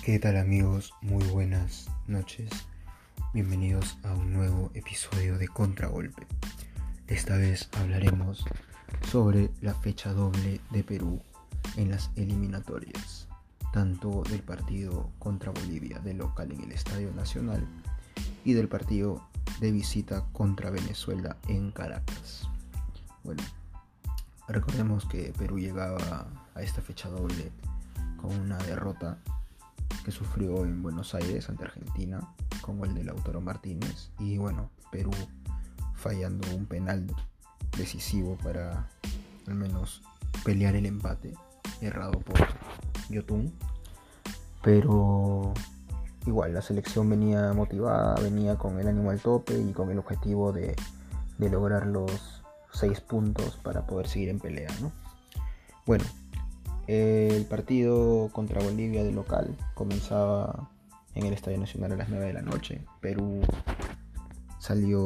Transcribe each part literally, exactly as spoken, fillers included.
¿Qué tal amigos? Muy buenas noches. Bienvenidos a un nuevo episodio de Contragolpe. Esta vez hablaremos sobre la fecha doble de Perú en las eliminatorias, tanto del partido contra Bolivia de local en el Estadio Nacional y del partido de visita contra Venezuela en Caracas. Bueno, recordemos que Perú llegaba a esta fecha doble con una derrota que sufrió en Buenos Aires ante Argentina con gol de Lautaro Martínez, y bueno, Perú fallando un penal decisivo para al menos pelear el empate, errado por Yotun. Pero igual la selección venía motivada, venía con el ánimo al tope y con el objetivo de, de lograr los seis puntos para poder seguir en pelea, ¿no? Bueno, el partido contra Bolivia de local comenzaba en el Estadio Nacional a las nueve de la noche. Perú salió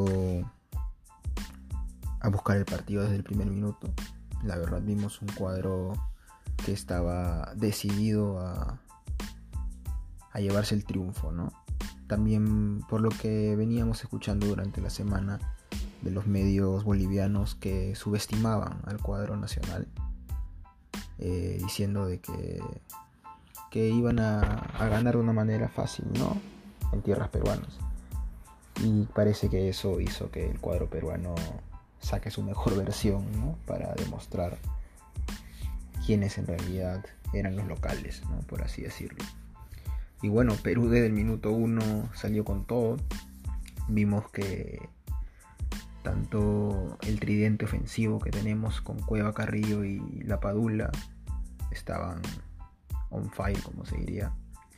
a buscar el partido desde el primer minuto. La verdad, vimos un cuadro que estaba decidido a, a llevarse el triunfo, ¿no? También por lo que veníamos escuchando durante la semana de los medios bolivianos que subestimaban al cuadro nacional, Eh, diciendo de que, que iban a, a ganar de una manera fácil, ¿no? En tierras peruanas. Y parece que eso hizo que el cuadro peruano saque su mejor versión, ¿no? Para demostrar quiénes en realidad eran los locales, ¿no? Por así decirlo. Y bueno, Perú desde el minuto uno salió con todo. Vimos que tanto el tridente ofensivo que tenemos con Cueva, Carrillo y Lapadula estaban on fire, como se diría.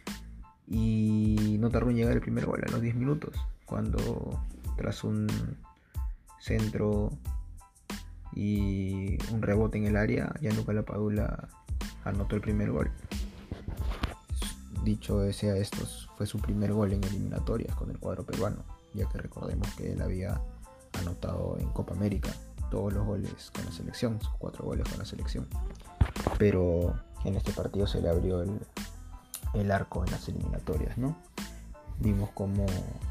Y no tardó en llegar el primer gol a los diez minutos, cuando tras un centro y un rebote en el área, Gianluca Lapadula anotó el primer gol. Dicho sea esto, fue su primer gol en eliminatorias con el cuadro peruano, ya que recordemos que él había anotado en Copa América todos los goles con la selección, sus cuatro goles con la selección, pero en este partido se le abrió el, el arco en las eliminatorias, ¿no? Vimos cómo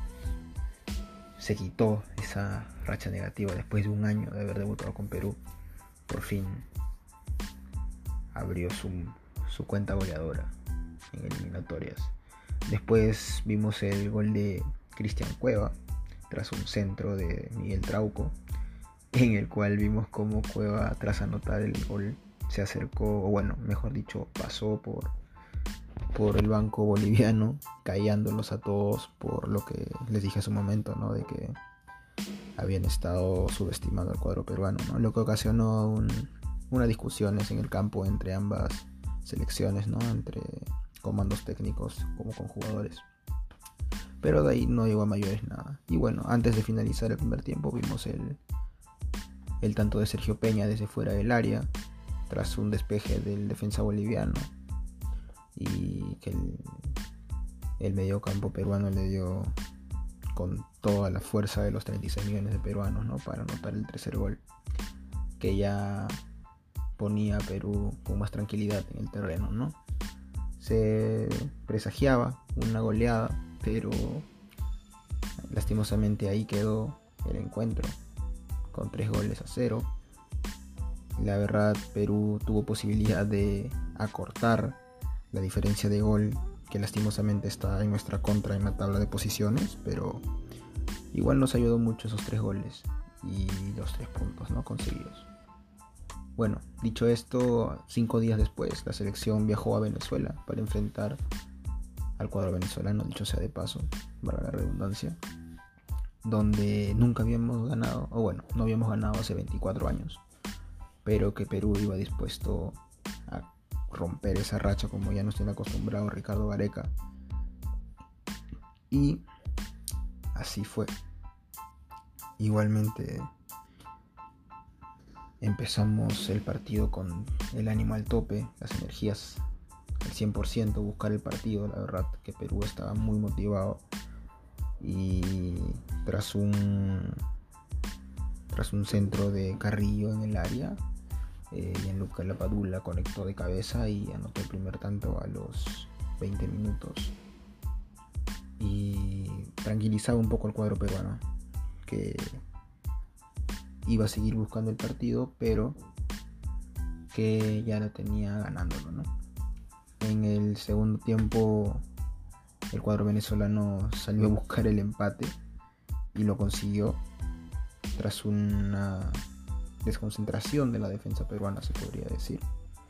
se quitó esa racha negativa después de un año de haber debutado con Perú. Por fin abrió su, su cuenta goleadora en eliminatorias. Después vimos el gol de Cristian Cueva tras un centro de Miguel Trauco, en el cual vimos cómo Cueva, tras anotar el gol, se acercó, o bueno, mejor dicho, pasó por, por el banco boliviano, callándolos a todos por lo que les dije hace un momento, ¿no? De que habían estado subestimando al cuadro peruano, ¿no? Lo que ocasionó un, unas discusiones en el campo entre ambas selecciones, ¿no? Entre comandos técnicos como con jugadores. Pero de ahí no llegó a mayores nada. Y bueno, antes de finalizar el primer tiempo vimos el, el tanto de Sergio Peña desde fuera del área, tras un despeje del defensa boliviano, y que el, el mediocampo peruano le dio con toda la fuerza de los treinta y seis millones de peruanos, ¿no? Para anotar el tercer gol, que ya ponía a Perú con más tranquilidad en el terreno, ¿no? Se presagiaba una goleada, pero lastimosamente ahí quedó el encuentro con tres goles a cero. La verdad, Perú tuvo posibilidad de acortar la diferencia de gol, que lastimosamente está en nuestra contra en la tabla de posiciones, pero igual nos ayudó mucho esos tres goles y los tres puntos, ¿no? Conseguidos. Bueno, dicho esto, cinco días después la selección viajó a Venezuela para enfrentar al cuadro venezolano, dicho sea de paso, para la redundancia, donde nunca habíamos ganado, o bueno, no habíamos ganado hace veinticuatro años, pero que Perú iba dispuesto a romper esa racha, como ya nos tiene acostumbrado Ricardo Gareca. Y así fue. Igualmente empezamos el partido con el ánimo al tope, las energías al cien por ciento, buscar el partido. La verdad que Perú estaba muy motivado, y tras un tras un centro de Carrillo en el área, eh, Gianluca Lapadula conectó de cabeza y anotó el primer tanto a los veinte minutos y tranquilizaba un poco al cuadro peruano, que iba a seguir buscando el partido, pero que ya lo tenía ganándolo, ¿no? En el segundo tiempo el cuadro venezolano salió a buscar el empate y lo consiguió tras una desconcentración de la defensa peruana, se podría decir.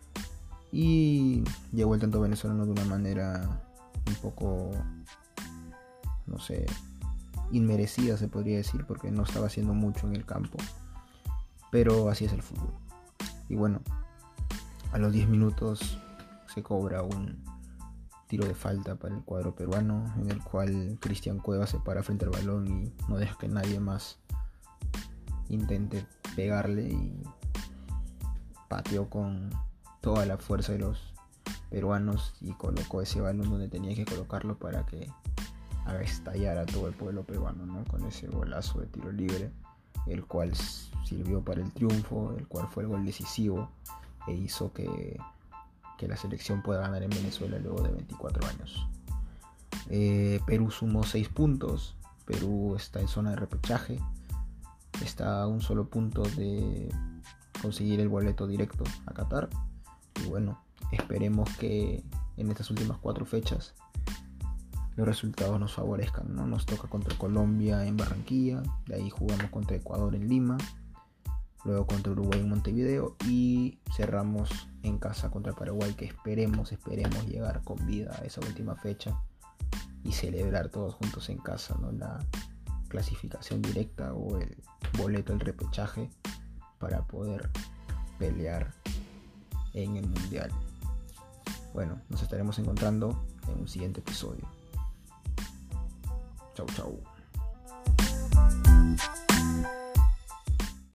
Y llegó el tanto venezolano de una manera un poco, no sé, inmerecida, se podría decir, porque no estaba haciendo mucho en el campo. Pero así es el fútbol. Y bueno, a los diez minutos se cobra un tiro de falta para el cuadro peruano, en el cual Cristian Cueva se para frente al balón y no deja que nadie más intente pegarle, y pateó con toda la fuerza de los peruanos y colocó ese balón donde tenía que colocarlo para que haga estallar a todo el pueblo peruano, ¿no? Con ese golazo de tiro libre, el cual sirvió para el triunfo, el cual fue el gol decisivo e hizo que, que la selección pueda ganar en Venezuela luego de veinticuatro años. Eh, Perú sumó seis puntos. Perú está en zona de repechaje, está a un solo punto de conseguir el boleto directo a Qatar. Y bueno, esperemos que en estas últimas cuatro fechas los resultados nos favorezcan, ¿no? Nos toca contra Colombia en Barranquilla, de ahí jugamos contra Ecuador en Lima, luego contra Uruguay en Montevideo y cerramos en casa contra Paraguay, que esperemos, esperemos llegar con vida a esa última fecha y celebrar todos juntos en casa, ¿no? La clasificación directa o el boleto al repechaje para poder pelear en el mundial. Bueno, nos estaremos encontrando en un siguiente episodio. Chau, chau.